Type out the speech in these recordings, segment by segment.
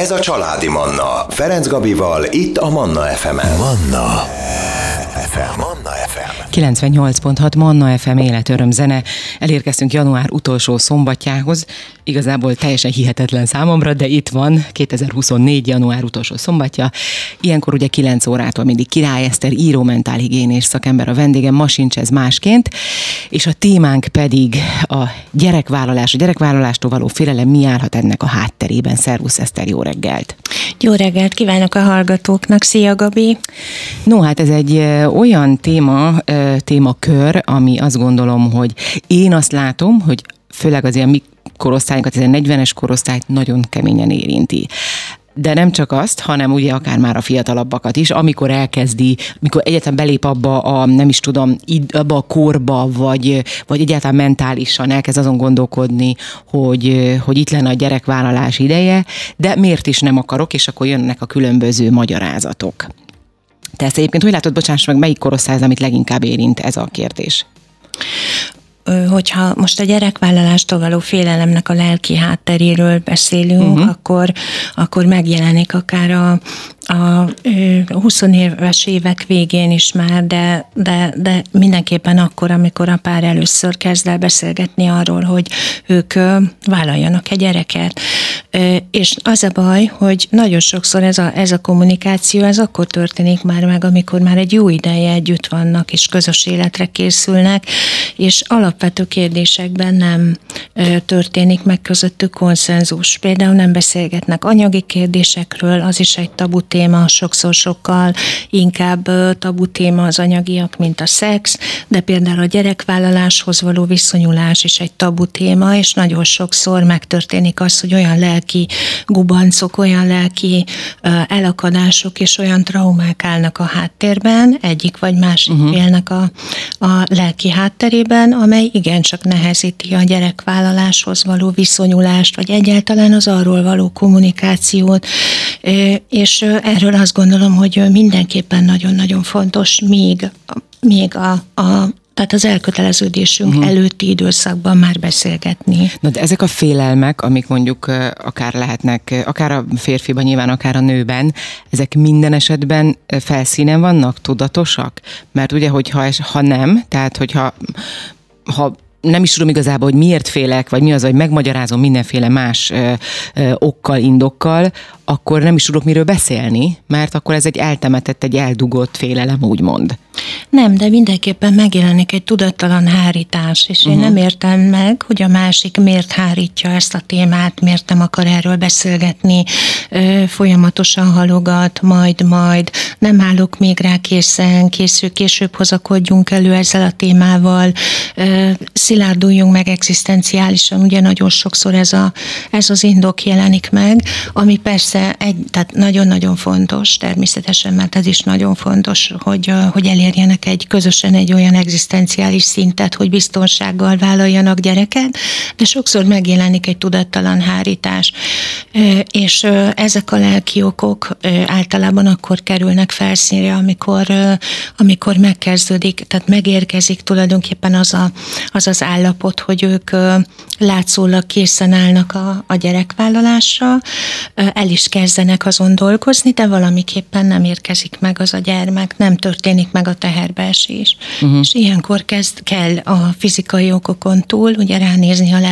Ez a Családi Manna. Ferenc Gabival, itt a Manna FM-en. Manna FM. Manna FM. 98.6 Manna FM életöröm zene. Elérkeztünk január utolsó szombatjához. Igazából teljesen hihetetlen számomra, de itt van 2024. január utolsó szombatja. Ilyenkor ugye 9 órától mindig Király Eszter, író, mentálhigiénés szakember a vendégem, ma sincs ez másként. És a témánk pedig a gyerekvállalás. A gyerekvállalástól való félelem, mi állhat ennek a hátterében? Szervusz Eszter, jó reggelt! Jó reggelt kívánok a hallgatóknak, szia Gabi! No, hát ez egy olyan témakör, ami azt gondolom, hogy én azt látom, hogy főleg az ilyen mi korosztályunkat, ez a 40-es korosztályt nagyon keményen érinti. De nem csak azt, hanem ugye akár már a fiatalabbakat is, amikor elkezdi, mikor egyáltalán belép abba a, nem is tudom, abba a korba, vagy egyáltalán mentálisan elkezd azon gondolkodni, hogy itt lenne a gyerekvállalás ideje, de miért is nem akarok, és akkor jönnek a különböző magyarázatok. Te ezt egyébként hogy látod, bocsáss meg, melyik korosztály az, amit leginkább érint ez a kérdés? Hogyha most a gyerekvállalástól való félelemnek a lelki hátteréről beszélünk, akkor megjelenik akár a 20 éves évek végén is már, de mindenképpen akkor, amikor a pár először kezd el beszélgetni arról, hogy ők vállaljanak egy gyereket. És az a baj, hogy nagyon sokszor ez a kommunikáció, ez akkor történik már meg, amikor már egy jó ideje együtt vannak, és közös életre készülnek, és alapvető kérdésekben nem történik meg közöttük konszenzus. Például nem beszélgetnek anyagi kérdésekről, az is egy tabu téma, sokszor sokkal inkább tabu téma az anyagiak, mint a szex, de például a gyerekvállaláshoz való viszonyulás is egy tabu téma, és nagyon sokszor megtörténik az, hogy olyan lelki gubancok, olyan lelki elakadások és olyan traumák állnak a háttérben, egyik vagy másik félnek a lelki hátterében, amely igencsak nehezíti a gyerekvállaláshoz való viszonyulást, vagy egyáltalán az arról való kommunikációt, és erről azt gondolom, hogy mindenképpen nagyon-nagyon fontos még tehát az elköteleződésünk előtti időszakban már beszélgetni. Na de ezek a félelmek, amik mondjuk akár lehetnek, akár a férfiban nyilván, akár a nőben, ezek minden esetben felszínen vannak, tudatosak? Mert ugye, ha nem, tehát hogyha nem is tudom igazából, hogy miért félek, vagy mi az, hogy megmagyarázom mindenféle más okkal, indokkal, akkor nem is tudok miről beszélni, mert akkor ez egy eltemetett, egy eldugott félelem, úgymond. Nem, de mindenképpen megjelenik egy tudattalan hárítás, és én nem értem meg, hogy a másik miért hárítja ezt a témát, miért nem akar erről beszélgetni, folyamatosan halogat, majd, nem állok még rá készen, később hozakodjunk elő ezzel a témával, szilárduljunk meg egzisztenciálisan, ugye nagyon sokszor ez az indok jelenik meg, ami persze tehát nagyon-nagyon fontos, természetesen, mert ez is nagyon fontos, hogy elérjenek közösen egy olyan egzisztenciális szintet, hogy biztonsággal vállaljanak gyereket, de sokszor megjelenik egy tudattalan hárítás. És ezek a lelki okok általában akkor kerülnek felszínre, amikor megkezdődik, tehát megérkezik tulajdonképpen az állapot, hogy ők látszólag készen állnak a gyerekvállalásra, el is kezdenek azon dolgozni, de valamiképpen nem érkezik meg az a gyermek, nem történik meg a teherbeesés. És ilyenkor kell a fizikai okokon túl ugye ránézni a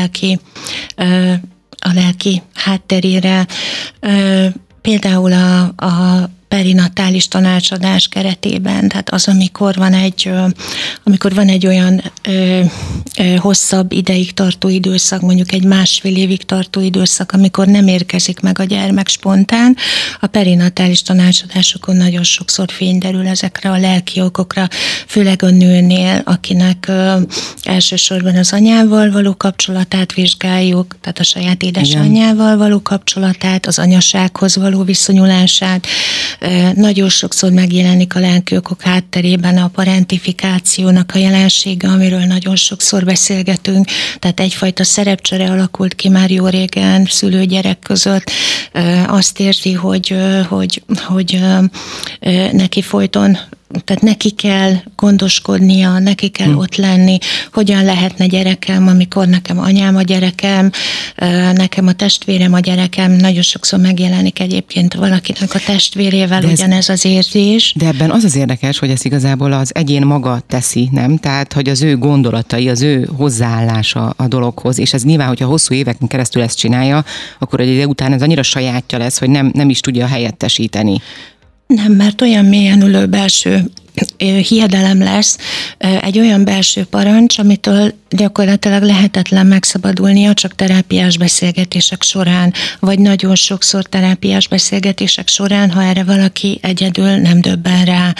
lelki hátterére, például a perinatális tanácsadás keretében, tehát az, amikor van egy olyan hosszabb ideig tartó időszak, mondjuk egy másfél évig tartó időszak, amikor nem érkezik meg a gyermek spontán, a perinatális tanácsadásokon nagyon sokszor fény derül ezekre a lelki okokra, főleg a nőnél, akinek elsősorban az anyával való kapcsolatát vizsgáljuk, tehát a saját édesanyjával való kapcsolatát, az anyasághoz való viszonyulását. Nagyon sokszor megjelenik a lelki okok hátterében a parentifikációnak a jelensége, amiről nagyon sokszor beszélgetünk, tehát egyfajta szerepcsere alakult ki már jó régen szülő-gyerek között. Azt érzi, hogy neki folyton tehát neki kell gondoskodnia, neki kell ott lenni, hogyan lehetne gyerekem, amikor nekem anyám a gyerekem, nekem a testvérem a gyerekem, nagyon sokszor megjelenik egyébként valakinek a testvérével ugyanez az érzés. De ebben az érdekes, hogy ezt igazából az egyén maga teszi, nem? Tehát, hogy az ő gondolatai, az ő hozzáállása a dologhoz, és ez nyilván, hogyha hosszú éveken keresztül ezt csinálja, akkor egy idő után ez annyira sajátja lesz, hogy nem is tudja helyettesíteni. Nem, mert olyan mélyen ülő belső hiedelem lesz, egy olyan belső parancs, amitől gyakorlatilag lehetetlen megszabadulnia csak terápiás beszélgetések során, vagy nagyon sokszor terápiás beszélgetések során, ha erre valaki egyedül nem döbben rá.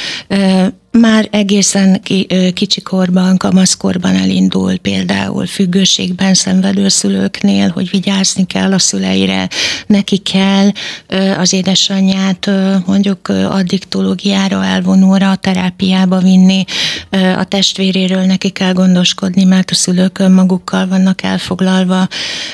Már egészen kicsikorban, kamaszkorban elindul, például függőségben szenvedő szülőknél, hogy vigyázni kell a szüleire, neki kell az édesanyját mondjuk addiktológiára, elvonóra, a terápiába vinni, a testvéréről neki kell gondoskodni, mert a szülők önmagukkal vannak elfoglalva,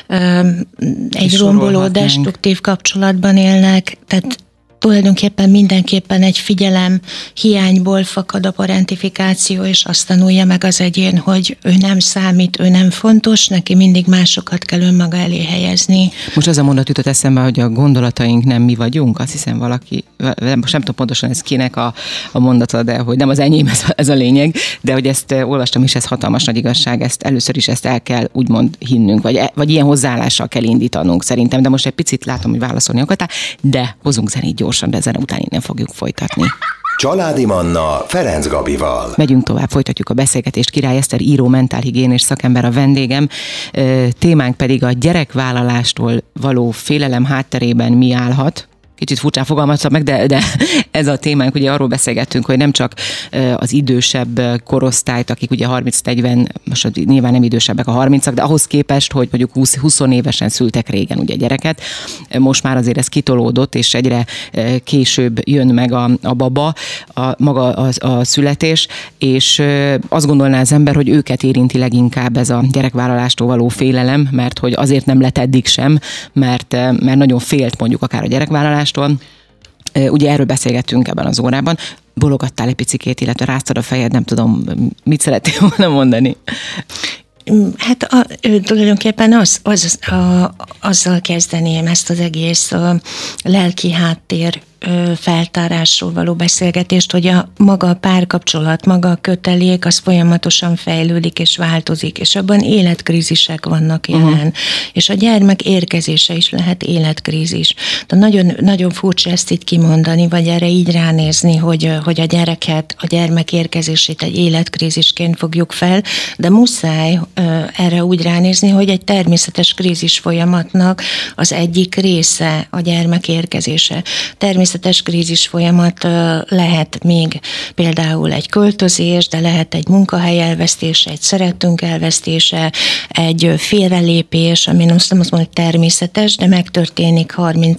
egy romboló, destruktív kapcsolatban élnek, tehát tulajdonképpen mindenképpen egy figyelem hiányból fakad a parentifikáció, és azt tanulja meg az egyén, hogy ő nem számít, ő nem fontos, neki mindig másokat kell önmaga elé helyezni. Most az a mondat jutott eszembe, hogy a gondolataink nem mi vagyunk, azt hiszem valaki, most nem tudom pontosan ez kinek a mondata, de hogy nem az enyém ez a lényeg, de hogy ezt olvastam is, ez hatalmas nagy igazság, ezt először is ezt el kell úgymond hinnünk, vagy ilyen hozzáállással kell indítanunk szerintem, de most egy picit látom, hogy válaszolni akartál, de hozunk zenét gyorsan, de zene után innen fogjuk folytatni. Családi Manna Ferenc Gabival. Megyünk tovább, folytatjuk a beszélgetést. Király Eszter író, mentálhigiénés szakember a vendégem. Témánk pedig a gyerekvállalástól való félelem hátterében mi állhat. Kicsit furcsán fogalmaztam meg, de ez a témánk, ugye arról beszélgettünk, hogy nem csak az idősebb korosztályt, akik ugye 30-40, most nyilván nem idősebbek a 30-ak, de ahhoz képest, hogy mondjuk 20 évesen szültek régen ugye gyereket, most már azért ez kitolódott, és egyre később jön meg a baba, maga a születés, és azt gondolná az ember, hogy őket érinti leginkább ez a gyerekvállalástól való félelem, mert hogy azért nem lett eddig sem, mert nagyon félt mondjuk akár a gyerekvállalás. Ugye erről beszélgettünk ebben az órában. Bologattál egy picikét, illetve ráztad a fejed, nem tudom, mit szerettél volna mondani? Hát tulajdonképpen azzal kezdeném ezt az egész lelki háttér feltárásról való beszélgetést, hogy maga a párkapcsolat, maga a kötelék, az folyamatosan fejlődik és változik, és abban életkrízisek vannak jelen. És a gyermek érkezése is lehet életkrízis. De nagyon, nagyon furcsa ezt itt kimondani, vagy erre így ránézni, hogy a gyereket, a gyermek érkezését egy életkrízisként fogjuk fel, de muszáj erre úgy ránézni, hogy egy természetes krízis folyamatnak az egyik része a gyermek érkezése. Természetes krízis folyamat lehet még például egy költözés, de lehet egy munkahely elvesztése, egy szerettünk elvesztése, egy félrelépés, ami nem azt mondom, hogy természetes, de megtörténik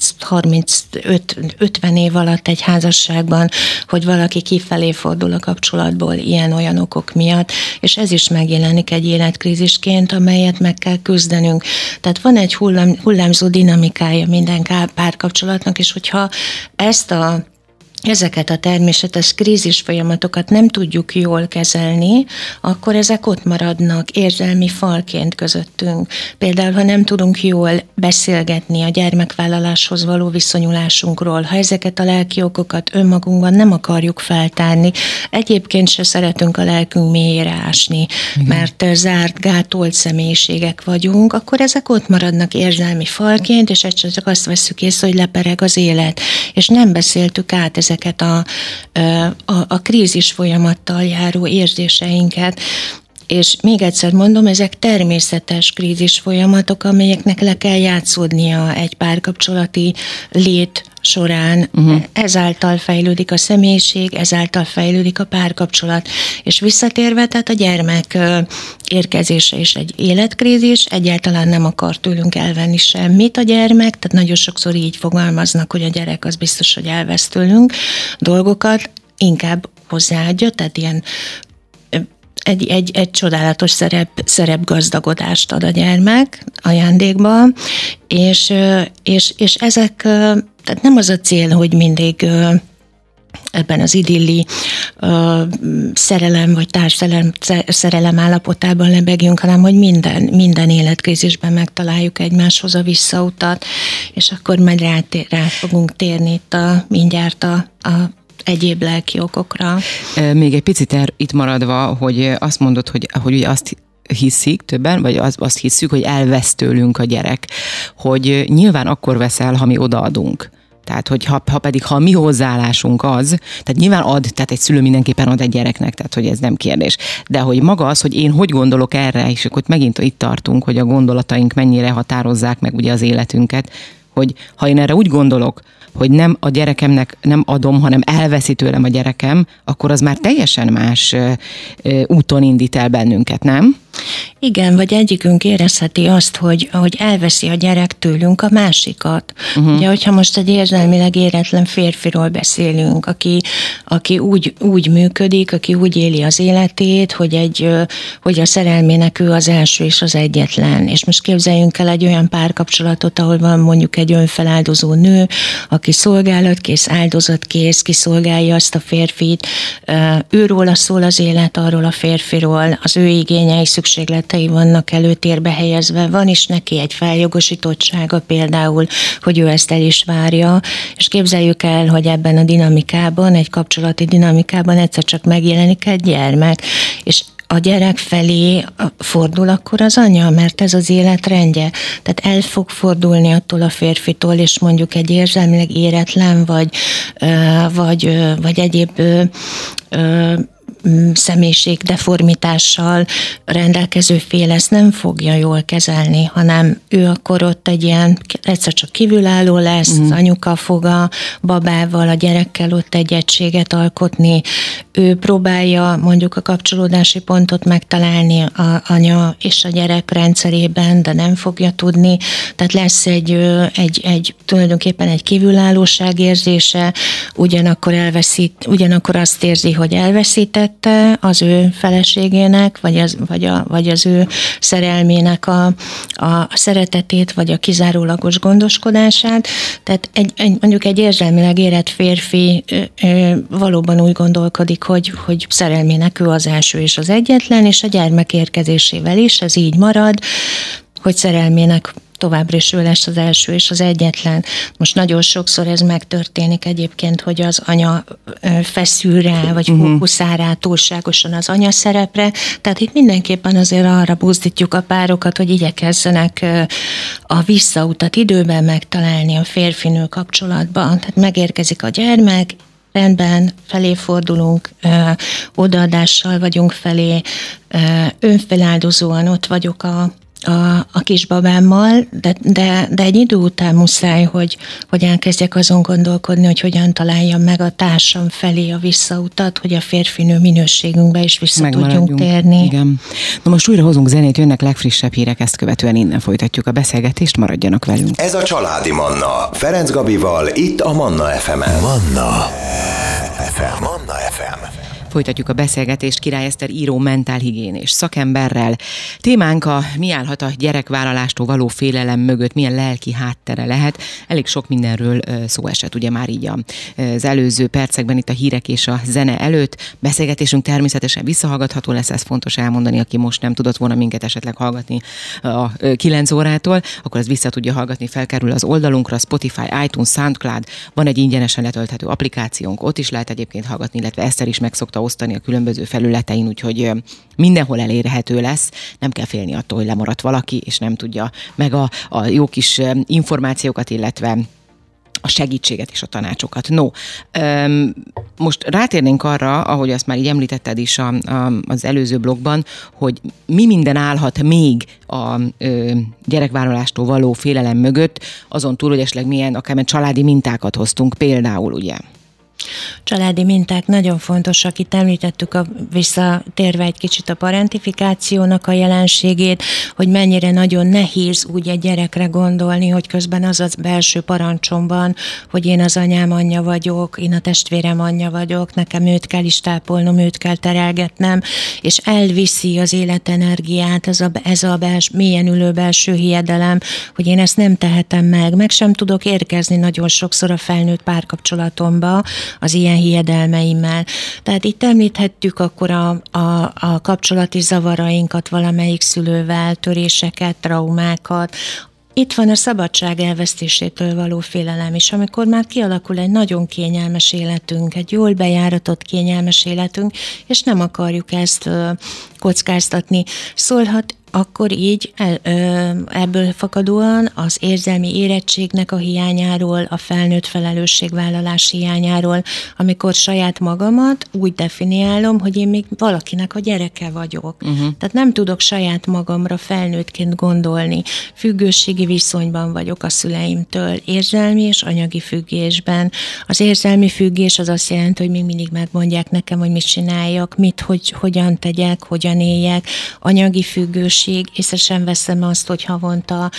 30-50 év alatt egy házasságban, hogy valaki kifelé fordul a kapcsolatból ilyen-olyan okok miatt, és ez is megjelenik egy életkrízisként, amelyet meg kell küzdenünk. Tehát van egy hullámzó dinamikája minden párkapcsolatnak, és hogyha ezeket a természetes krízis folyamatokat nem tudjuk jól kezelni, akkor ezek ott maradnak érzelmi falként közöttünk. Például, ha nem tudunk jól beszélgetni a gyermekvállaláshoz való viszonyulásunkról, ha ezeket a lelki okokat önmagunkban nem akarjuk feltárni, egyébként se szeretünk a lelkünk mélyére ásni, mert zárt, gátolt személyiségek vagyunk, akkor ezek ott maradnak érzelmi falként, és egyszer csak azt vesszük észre, hogy lepereg az élet. És nem beszéltük át ezeket a krízis folyamattal járó érzéseinket. És még egyszer mondom, ezek természetes krízis folyamatok, amelyeknek le kell játszódnia egy párkapcsolati lét során. Ezáltal fejlődik a személyiség, ezáltal fejlődik a párkapcsolat. És visszatérve, tehát a gyermek érkezése is egy életkrízis, egyáltalán nem akar tőlünk elvenni semmit a gyermek, tehát nagyon sokszor így fogalmaznak, hogy a gyerek az biztos, hogy elvesz tőlünk dolgokat, inkább hozzáadja, tehát ilyen egy csodálatos szerepgazdagodást ad a gyermek ajándékba, és ezek, tehát nem az a cél, hogy mindig ebben az idilli szerelem vagy társszerelem állapotában lebegjünk, hanem hogy minden életkrízisben megtaláljuk egymáshoz a visszautat, és akkor majd rá fogunk térni mindjárt a egyéb lelki okokra. Még egy picit itt maradva, hogy azt mondod, hogy ugye azt hiszik többen, vagy azt hisszük, hogy elvesz tőlünk a gyerek, hogy nyilván akkor vesz el, ha mi odaadunk. Tehát, hogy ha a mi hozzáállásunk az, tehát nyilván tehát egy szülő mindenképpen ad egy gyereknek, tehát hogy ez nem kérdés. De hogy maga az, hogy én hogy gondolok erre, és akkor megint itt tartunk, hogy a gondolataink mennyire határozzák meg ugye az életünket, hogy ha én erre úgy gondolok, hogy nem a gyerekemnek nem adom, hanem elveszi tőlem a gyerekem, akkor az már teljesen más úton indít el bennünket, nem? Igen, vagy egyikünk érezheti azt, hogy elveszi a gyerek tőlünk a másikat. Ugye, hogyha most egy érzelmileg éretlen férfiról beszélünk, aki úgy működik, aki úgy éli az életét, hogy a szerelmének ő az első és az egyetlen. És most képzeljünk el egy olyan párkapcsolatot, ahol van mondjuk egy önfeláldozó nő, aki szolgálatkész, áldozatkész, kiszolgálja azt a férfit, őróla szól az élet, arról a férfiról, az ő igényei, szükségletei vannak előtérbe helyezve, van is neki egy feljogosítottsága például, hogy ő ezt el is várja, és képzeljük el, hogy ebben a dinamikában, egy kapcsolati dinamikában egyszer csak megjelenik egy gyermek, és a gyerek felé fordul akkor az anya, mert ez az életrendje. Tehát el fog fordulni attól a férfitól, és mondjuk egy érzelmileg éretlen, vagy egyéb személyiség deformitással rendelkező fél ezt nem fogja jól kezelni, hanem ő akkor ott egy ilyen egyszer csak kívülálló lesz, az anyuka fog a babával, a gyerekkel ott egy egységet alkotni, ő próbálja mondjuk a kapcsolódási pontot megtalálni a anya és a gyerek rendszerében, de nem fogja tudni, tehát lesz egy tulajdonképpen egy kívülállóság érzése, ugyanakkor azt érzi, hogy elveszítette az ő feleségének, vagy az ő szerelmének a szeretetét, vagy a kizárólagos gondoskodását. Tehát mondjuk egy érzelmileg érett férfi valóban úgy gondolkodik, hogy szerelmének ő az első és az egyetlen, és a gyermek érkezésével is ez így marad, hogy szerelmének továbbra is ő lesz az első és az egyetlen. Most nagyon sokszor ez megtörténik egyébként, hogy az anya feszül rá, vagy fókuszál rá túlságosan az anya szerepre. Tehát itt mindenképpen azért arra buzdítjuk a párokat, hogy igyekezzenek a visszautat időben megtalálni a férfinő kapcsolatban. Tehát megérkezik a gyermek, rendben, felé fordulunk, odaadással vagyunk felé, önfeláldozóan ott vagyok a kisbabámmal, de egy idő után muszáj, hogy elkezdjek azon gondolkodni, hogy hogyan találjam meg a társam felé a visszautat, hogy a férfinő minőségünkbe is vissza tudjunk térni. Igen. Na most újra hozunk zenét, jönnek legfrissebb hírek, ezt követően innen folytatjuk a beszélgetést, maradjanak velünk. Ez a Családi Manna, Ferenc Gabival, itt a Manna FM-en. Manna FM. Manna FM. Folytatjuk a beszélgetést Király Eszter író mentálhigiénés szakemberrel. Témánk mi állhat a gyerekvállalástól való félelem mögött, milyen lelki háttere lehet. Elég sok mindenről szó esett, ugye már így az előző percekben itt a hírek és a zene előtt. Beszélgetésünk természetesen visszahallgatható lesz, ez fontos elmondani, aki most nem tudott volna minket esetleg hallgatni a 9 órától, akkor ez vissza tudja hallgatni, felkerül az oldalunkra, Spotify, iTunes, SoundCloud, van egy ingyenesen letölthető applikációnk, ott is lehet egyébként hallgatni, illetve Eszter is meg szokta osztani a különböző felületein, úgyhogy mindenhol elérhető lesz, nem kell félni attól, hogy lemaradt valaki, és nem tudja meg a jó kis információkat, illetve a segítséget és a tanácsokat. Most rátérnénk arra, ahogy azt már így említetted is az előző blogban, hogy mi minden állhat még a gyerekvállalástól való félelem mögött, azon túl, hogy esetleg milyen akár családi mintákat hoztunk például, ugye? Családi minták nagyon fontosak, itt említettük visszatérve egy kicsit a parentifikációnak a jelenségét, hogy mennyire nagyon nehéz úgy egy gyerekre gondolni, hogy közben az belső parancsom van, hogy én az anyám anyja vagyok, én a testvérem anyja vagyok, nekem őt kell is tápolnom, őt kell terelgetnem, és elviszi az életenergiát ez a mélyen ülő belső hiedelem, hogy én ezt nem tehetem meg sem tudok érkezni nagyon sokszor a felnőtt párkapcsolatomba, az az ilyen hiedelmeimmel. Tehát itt említhettük akkor a kapcsolati zavarainkat valamelyik szülővel, töréseket, traumákat. Itt van a szabadság elvesztésétől való félelem is, amikor már kialakul egy nagyon kényelmes életünk, egy jól bejáratott kényelmes életünk, és nem akarjuk ezt kockáztatni. Szólhat akkor így ebből fakadóan az érzelmi érettségnek a hiányáról, a felnőtt felelősségvállalás hiányáról, amikor saját magamat úgy definiálom, hogy én még valakinek a gyereke vagyok. Tehát nem tudok saját magamra felnőttként gondolni. Függőségi viszonyban vagyok a szüleimtől, érzelmi és anyagi függésben. Az érzelmi függés az azt jelenti, hogy még mindig megmondják nekem, hogy mit csináljak, hogyan tegyek, hogyan éljek. Anyagi függőség, észre sem veszem azt, hogy havonta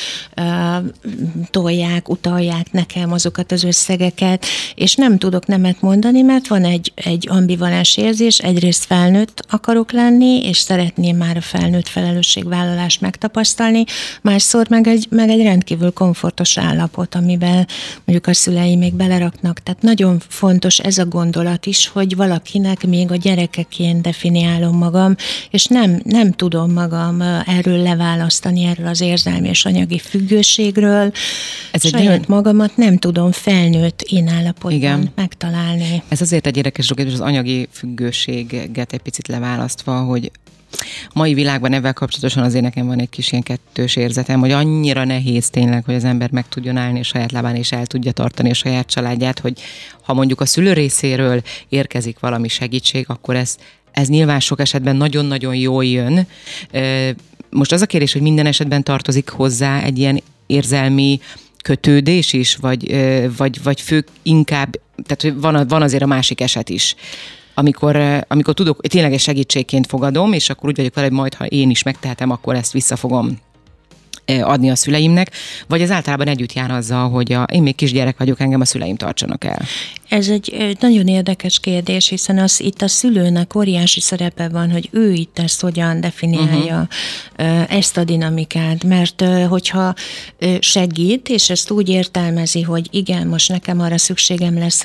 tolják, utalják nekem azokat az összegeket, és nem tudok nemet mondani, mert van egy ambivalens érzés, egyrészt felnőtt akarok lenni, és szeretném már a felnőtt felelősségvállalást megtapasztalni, másszor meg egy rendkívül komfortos állapot, amiben mondjuk a szüleim még beleraknak. Tehát nagyon fontos ez a gondolat is, hogy valakinek még a gyerekeként definiálom magam, és nem tudom magam erről leválasztani, erről az érzelmi és anyagi függőségről. Saját magamat nem tudom felnőtt én állapotban megtalálni. Ez azért egy érdekes dolog, hogy az anyagi függőséget egy picit leválasztva, hogy mai világban ezzel kapcsolatosan azért nekem van egy kis ilyen kettős érzetem, hogy annyira nehéz tényleg, hogy az ember meg tudjon állni a saját lábán, és el tudja tartani a saját családját, hogy ha mondjuk a szülő részéről érkezik valami segítség, akkor ez nyilván sok esetben nagyon-nagyon jól jön. Most az a kérdés, hogy minden esetben tartozik hozzá egy ilyen érzelmi kötődés is, vagy fő inkább, tehát van azért a másik eset is. Amikor tudok, tényleges segítségként fogadom, és akkor úgy vagyok vele, hogy majd, ha én is megtehetem, akkor ezt vissza fogom adni a szüleimnek, vagy ez általában együtt jár azzal, hogy én még kisgyerek vagyok, engem a szüleim tartsanak el. Ez egy nagyon érdekes kérdés, hiszen itt a szülőnek óriási szerepe van, hogy ő itt ezt hogyan definiálja ezt a dinamikát, mert hogyha segít, és ezt úgy értelmezi, hogy igen, most nekem arra szükségem lesz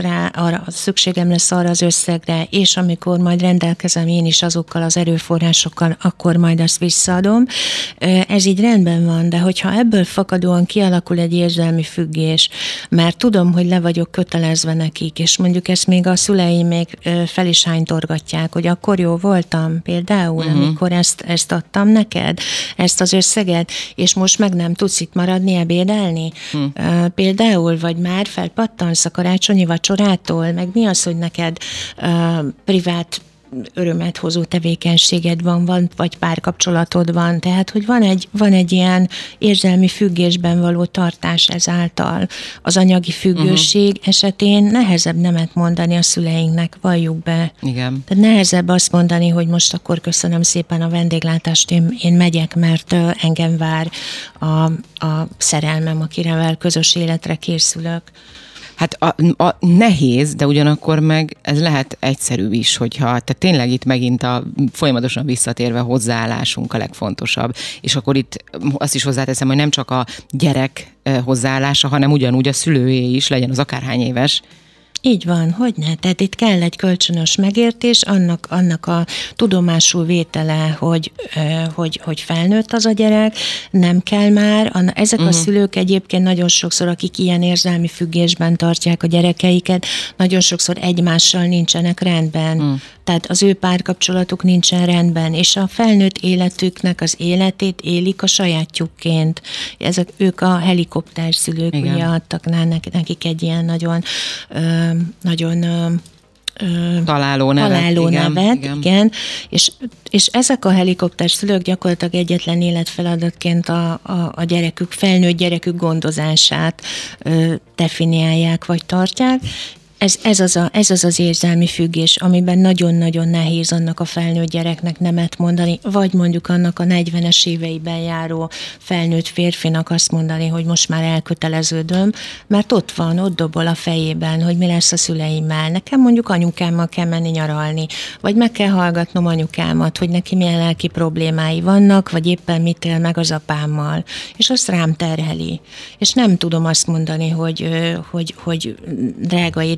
arra az összegre, és amikor majd rendelkezem én is azokkal az erőforrásokkal, akkor majd azt visszaadom. Ez így rendben van, de hogyha ebből fakadóan kialakul egy érzelmi függés, mert tudom, hogy le vagyok kötelezve nekik, és mondjuk ezt még a szüleim még fel is hánytorgatják, hogy akkor jó voltam például, amikor ezt adtam neked, ezt az összeget, és most meg nem tudsz itt maradni, ebédelni. Például, vagy már felpattansz a karácsonyi vacsorától, meg mi az, hogy neked privát örömet hozó tevékenységed van, vagy párkapcsolatod van. Tehát, hogy van egy ilyen érzelmi függésben való tartás ezáltal. Az anyagi függőség esetén nehezebb nemet mondani a szüleinknek, valljuk be. Igen. Tehát nehezebb azt mondani, hogy most akkor köszönöm szépen a vendéglátást, én megyek, mert engem vár a szerelmem, akivel közös életre készülök. Hát nehéz, de ugyanakkor meg ez lehet egyszerű is, tehát tényleg itt megint a folyamatosan visszatérve hozzáállásunk a legfontosabb. És akkor itt azt is hozzáteszem, hogy nem csak a gyerek hozzáállása, hanem ugyanúgy a szülőé is, legyen az akárhány éves. Így van, hogyne. Tehát itt kell egy kölcsönös megértés, annak a tudomásul vétele, hogy felnőtt az a gyerek, nem kell már. Ezek a szülők egyébként nagyon sokszor, akik ilyen érzelmi függésben tartják a gyerekeiket, nagyon sokszor egymással nincsenek rendben. Tehát az ő párkapcsolatuk nincsen rendben, és a felnőtt életüknek az életét élik a sajátjukként. Ők a helikopterszülők, ugye adtak nekik egy ilyen nagyon találó nevet, igen. És ezek a helikopterszülők gyakorlatilag egyetlen életfeladatként a gyerekük, felnőtt gyerekük gondozását definiálják vagy tartják. Ez az érzelmi függés, amiben nagyon-nagyon nehéz annak a felnőtt gyereknek nemet mondani, vagy mondjuk annak a 40-es éveiben járó felnőtt férfinak azt mondani, hogy most már elköteleződöm, mert ott dobol a fejében, hogy mi lesz a szüleimmel. Nekem mondjuk anyukámmal kell menni nyaralni, vagy meg kell hallgatnom anyukámat, hogy neki milyen lelki problémái vannak, vagy éppen mit él meg az apámmal. És azt rám terheli. És nem tudom azt mondani, hogy drága édes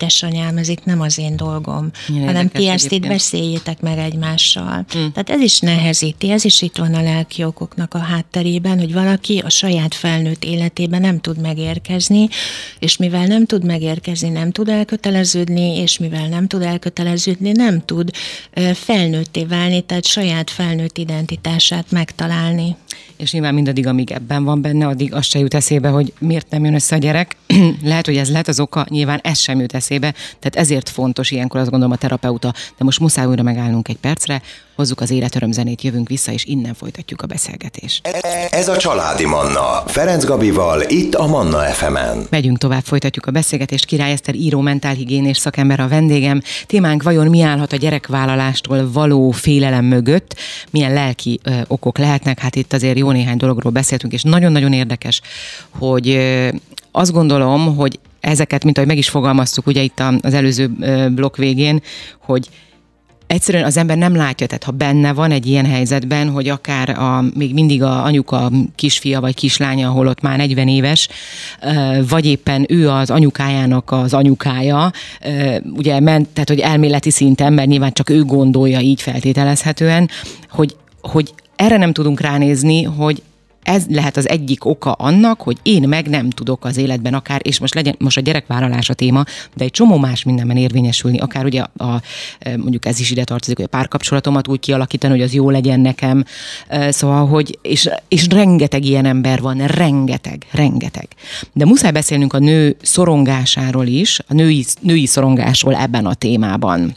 édesanyám, ez itt nem az én dolgom, hanem ti ezt itt beszéljétek meg egymással. Tehát ez is nehezíti, ez is itt van a lelki okoknak a hátterében, hogy valaki a saját felnőtt életében nem tud megérkezni, és mivel nem tud megérkezni, nem tud elköteleződni, és mivel nem tud elköteleződni, nem tud felnőtté válni, tehát saját felnőtt identitását megtalálni. És nyilván mindaddig, amíg ebben van benne, addig azt se jut eszébe, hogy miért nem jön össze a gyerek. Lehet, hogy ez lehet az oka, nyilván ez sem jut eszébe, tehát ezért fontos ilyenkor azt gondolom a terapeuta. De most muszáj újra megállnunk egy percre, hozzuk az életöröm zenét, jövünk vissza, és innen folytatjuk a beszélgetést. Ez a Családi Manna, Ferenc Gabival, itt a Manna FM-en. Megyünk tovább, folytatjuk a beszélgetést. Király Eszter író, mentálhigiénés szakember a vendégem. Témánk vajon mi állhat a gyerekvállalástól való félelem mögött, milyen lelki okok lehetnek, hát itt azért jó néhány dologról beszéltünk, és nagyon-nagyon érdekes, hogy azt gondolom, hogy ezeket, mint ahogy meg is fogalmaztuk ugye itt az előző blokk végén, hogy egyszerűen az ember nem látja, tehát ha benne van egy ilyen helyzetben, hogy akár még mindig a anyuka kisfia vagy kislánya, ahol ott már 40 éves, vagy éppen ő az anyukájának az anyukája, ugye tehát hogy elméleti szinten, mert nyilván csak ő gondolja így feltételezhetően, hogy erre nem tudunk ránézni, hogy ez lehet az egyik oka annak, hogy én meg nem tudok az életben akár, és most a gyerekvállalás a téma, de egy csomó más mindenben érvényesülni, akár ugye mondjuk ez is ide tartozik, hogy a párkapcsolatomat úgy kialakítani, hogy az jó legyen nekem. Szóval, hogy és rengeteg ilyen ember van, rengeteg. De muszáj beszélnünk a nő szorongásáról is, a női szorongásról ebben a témában.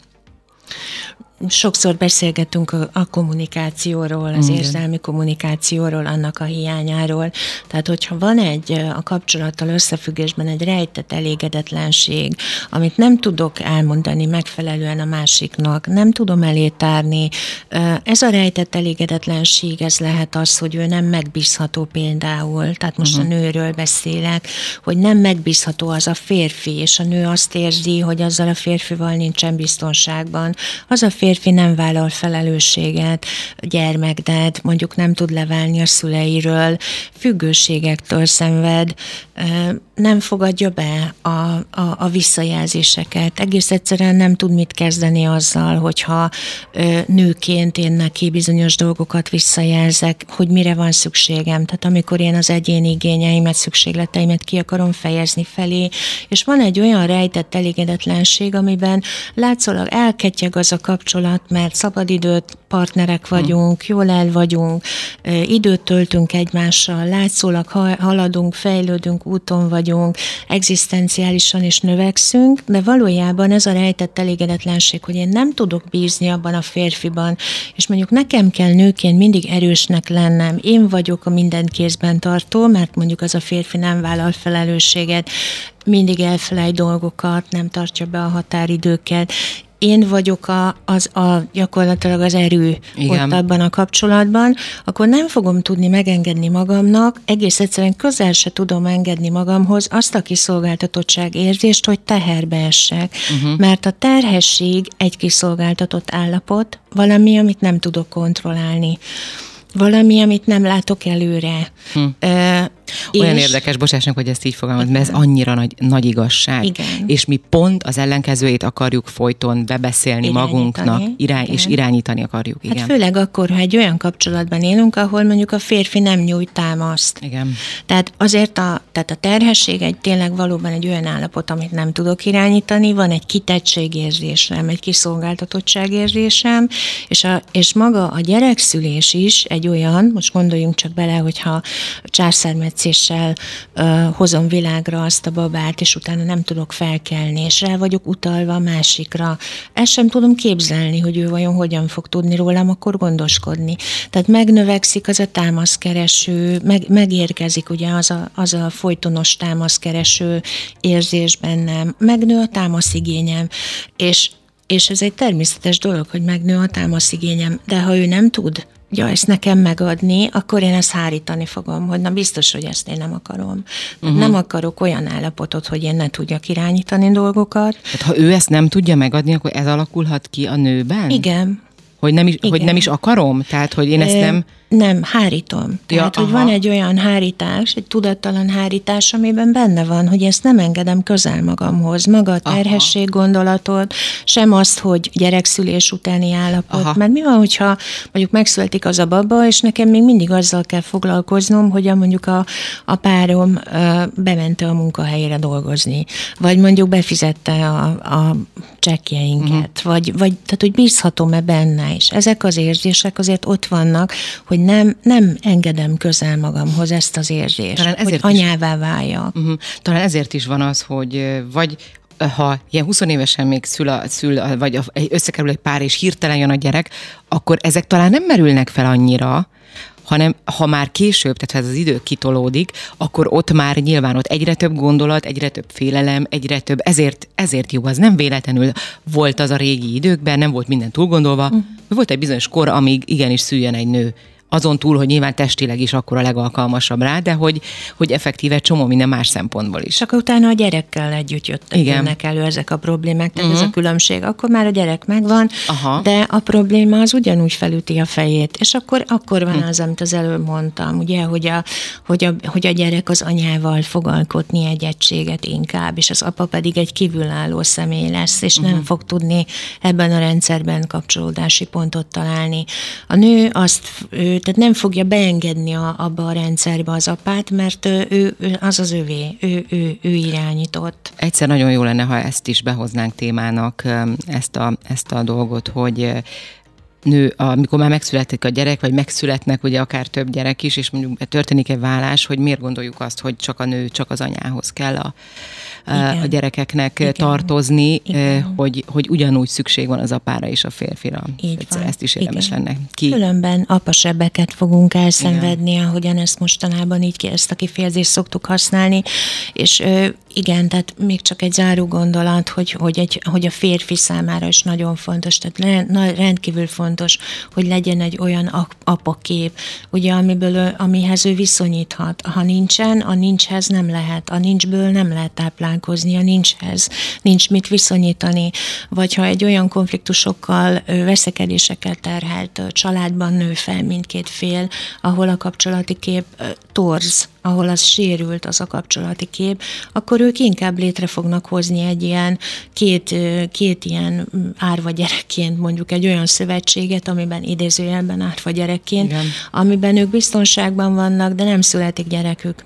Sokszor beszélgetünk a kommunikációról, az érzelmi kommunikációról, annak a hiányáról. Tehát, hogyha van a kapcsolattal összefüggésben egy rejtett elégedetlenség, amit nem tudok elmondani megfelelően a másiknak, nem tudom elétárni, ez a rejtett elégedetlenség, ez lehet az, hogy ő nem megbízható például, tehát most a nőről beszélek, hogy nem megbízható az a férfi, és a nő azt érzi, hogy azzal a férfival nincsen biztonságban. Az a férfi nem vállal felelősséget, gyermekded, mondjuk nem tud leválni a szüleiről, függőségektől szenved, nem fogadja be a visszajelzéseket. Egész egyszerűen nem tud mit kezdeni azzal, hogyha nőként én neki bizonyos dolgokat visszajelzek, hogy mire van szükségem. Tehát amikor én az egyéni igényeimet, szükségleteimet ki akarom fejezni felé, és van egy olyan rejtett elégedetlenség, amiben látszólag elketyeg az a kapcsolat, mert szabadidőt partnerek vagyunk, jól el vagyunk, időt töltünk egymással, látszólag haladunk, fejlődünk, úton vagyunk, egzisztenciálisan is növekszünk, de valójában ez a rejtett elégedetlenség, hogy én nem tudok bízni abban a férfiban, és mondjuk nekem kell nőként mindig erősnek lennem, én vagyok a mindent kézben tartó, mert mondjuk az a férfi nem vállal felelősséget, mindig elfelejt dolgokat, nem tartja be a határidőket, én vagyok gyakorlatilag az erő ott abban a kapcsolatban, akkor nem fogom tudni megengedni magamnak, egész egyszerűen közel se tudom engedni magamhoz azt a kiszolgáltatottság érzést, hogy teherbe essek. Mert a terhesség egy kiszolgáltatott állapot, valami, amit nem tudok kontrollálni. Valami, amit nem látok előre. Olyan érdekes, bocsássanak, hogy ezt így fogalmaz, mert ez annyira nagy igazság. Igen. És mi pont az ellenkezőjét akarjuk folyton bebeszélni magunknak, és irányítani akarjuk. Igen. Hát főleg akkor, ha egy olyan kapcsolatban élünk, ahol mondjuk a férfi nem nyújt támaszt. Igen. Tehát azért tehát a terhesség tényleg valóban egy olyan állapot, amit nem tudok irányítani, van egy kitettségérzésem, egy kiszolgáltatottságérzésem, és maga a gyerekszülés is egy olyan, most gondoljunk csak bele, hogyha császármetszéssel hozom világra azt a babát, és utána nem tudok felkelni, és rá vagyok utalva a másikra. Ezt sem tudom képzelni, hogy ő vajon hogyan fog tudni rólam akkor gondoskodni. Tehát megnövekszik az a támaszkereső, megérkezik ugye az a folytonos támaszkereső érzés bennem, megnő a támaszigényem, és ez egy természetes dolog, hogy megnő a támaszigényem, de ha ő nem tud ezt nekem megadni, akkor én ezt hárítani fogom, hogy na biztos, hogy ezt én nem akarom. Nem akarok olyan állapotot, hogy én ne tudjak irányítani dolgokat. Tehát ha ő ezt nem tudja megadni, akkor ez alakulhat ki a nőben? Igen. Hogy nem is akarom? Tehát, hogy én ezt nem... Nem, hárítom. Tehát, hogy van egy olyan hárítás, egy tudattalan hárítás, amiben benne van, hogy ezt nem engedem közel magamhoz. Maga a terhesség gondolatot, sem azt, hogy gyerekszülés utáni állapot. Mert mi van, hogyha mondjuk megszületik az a baba, és nekem még mindig azzal kell foglalkoznom, hogy mondjuk a párom bemente a munkahelyére dolgozni, vagy mondjuk befizette a csekkjeinket, vagy tehát, hogy bízhatom-e benne is. Ezek az érzések azért ott vannak, hogy nem engedem közel magamhoz ezt az érzést, hogy anyává váljak. Talán ezért is van az, hogy vagy ha ilyen 20 évesen még szül vagy összekerül egy pár, és hirtelen jön a gyerek, akkor ezek talán nem merülnek fel annyira, hanem ha már később, tehát ez az idő kitolódik, akkor ott már nyilván ott egyre több gondolat, egyre több félelem, egyre több, ezért jó, az nem véletlenül volt az a régi időkben, nem volt minden túlgondolva, volt egy bizonyos kor, amíg igenis szüljön egy nő. Azon túl, hogy nyilván testileg is akkor a legalkalmasabb rá, de hogy effektíve csomó minden más szempontból is. Csak utána a gyerekkel együtt jönnek elő ezek a problémák, tehát ez a különbség. Akkor már a gyerek megvan, de a probléma az ugyanúgy felüti a fejét. És akkor van az, amit az előbb mondtam, ugye, hogy a gyerek az anyával fog alkotni egy egységet inkább, és az apa pedig egy kívülálló személy lesz, és nem fog tudni ebben a rendszerben kapcsolódási pontot találni. A nő tehát nem fogja beengedni abba a rendszerbe az apát, mert ő az az övé, ő irányított. Egyszer nagyon jó lenne, ha ezt is behoznánk témának, ezt a dolgot, hogy nő, amikor már megszületik a gyerek, vagy megszületnek ugye akár több gyerek is, és mondjuk történik egy válás, hogy miért gondoljuk azt, hogy csak a nő, csak az anyához kell a gyerekeknek tartozni, hogy ugyanúgy szükség van az apára és a férfira. Ezt is érdemes lenne. Különben apasebbeket fogunk elszenvedni, ahogyan ezt mostanában így ezt a kifejezést szoktuk használni, és igen, tehát még csak egy záró gondolat, hogy a férfi számára is nagyon fontos, tehát rendkívül fontos, hogy legyen egy olyan apakép, ugye, amihez ő viszonyíthat. Ha nincsen, a nincshez nem lehet, a nincsből nem lehet táplálkozni, a nincshez nincs mit viszonyítani, vagy ha egy olyan konfliktusokkal, veszekedésekkel terhelt családban nő fel mindkét fél, ahol a kapcsolati kép torz, ahol az sérült az a kapcsolati kép, akkor ők inkább létre fognak hozni egy ilyen két ilyen árva gyerekként, mondjuk egy olyan szövetséget, amiben idézőjelben árva gyerekként, amiben ők biztonságban vannak, de nem születik gyerekük,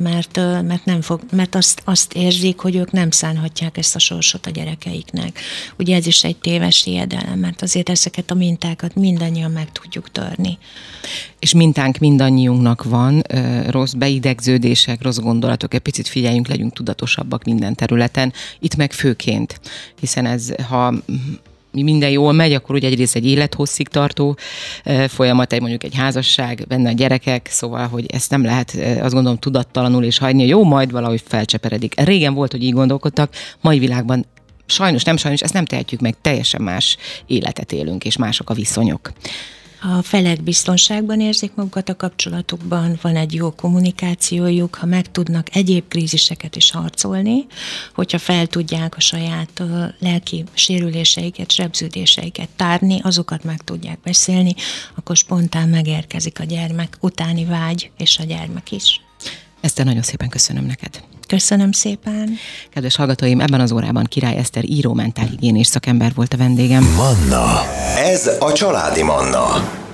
mert azt érzik, hogy ők nem szánhatják ezt a sorsot a gyerekeiknek. Ugye ez is egy téves hiedelem, mert azért ezeket a mintákat mindannyian meg tudjuk törni. És mintánk mindannyiunknak van, rossz beidegződések, rossz gondolatok, egy picit figyeljünk, legyünk tudatosabbak minden területen, itt meg főként, hiszen ha minden jól megy, akkor ugye egyrészt egy élethosszig tartó folyamat, mondjuk egy házasság, benne a gyerekek, szóval, hogy ezt nem lehet, azt gondolom, tudattalanul és hagyni, jó, majd valahogy felcseperedik. Régen volt, hogy így gondolkodtak, mai világban sajnos, ezt nem tehetjük meg, teljesen más életet élünk, és mások a viszonyok. A felek biztonságban érzik magukat a kapcsolatukban, van egy jó kommunikációjuk, ha meg tudnak egyéb kríziseket is harcolni, hogyha fel tudják a saját lelki sérüléseiket, sebződéseiket tárni, azokat meg tudják beszélni, akkor spontán megérkezik a gyermek utáni vágy, és a gyermek is. Eszter, nagyon szépen köszönöm neked. Köszönöm szépen. Kedves hallgatóim, ebben az órában Király Eszter író, mentálhigiénés szakember volt a vendégem. Manna. Ez a Családi Manna.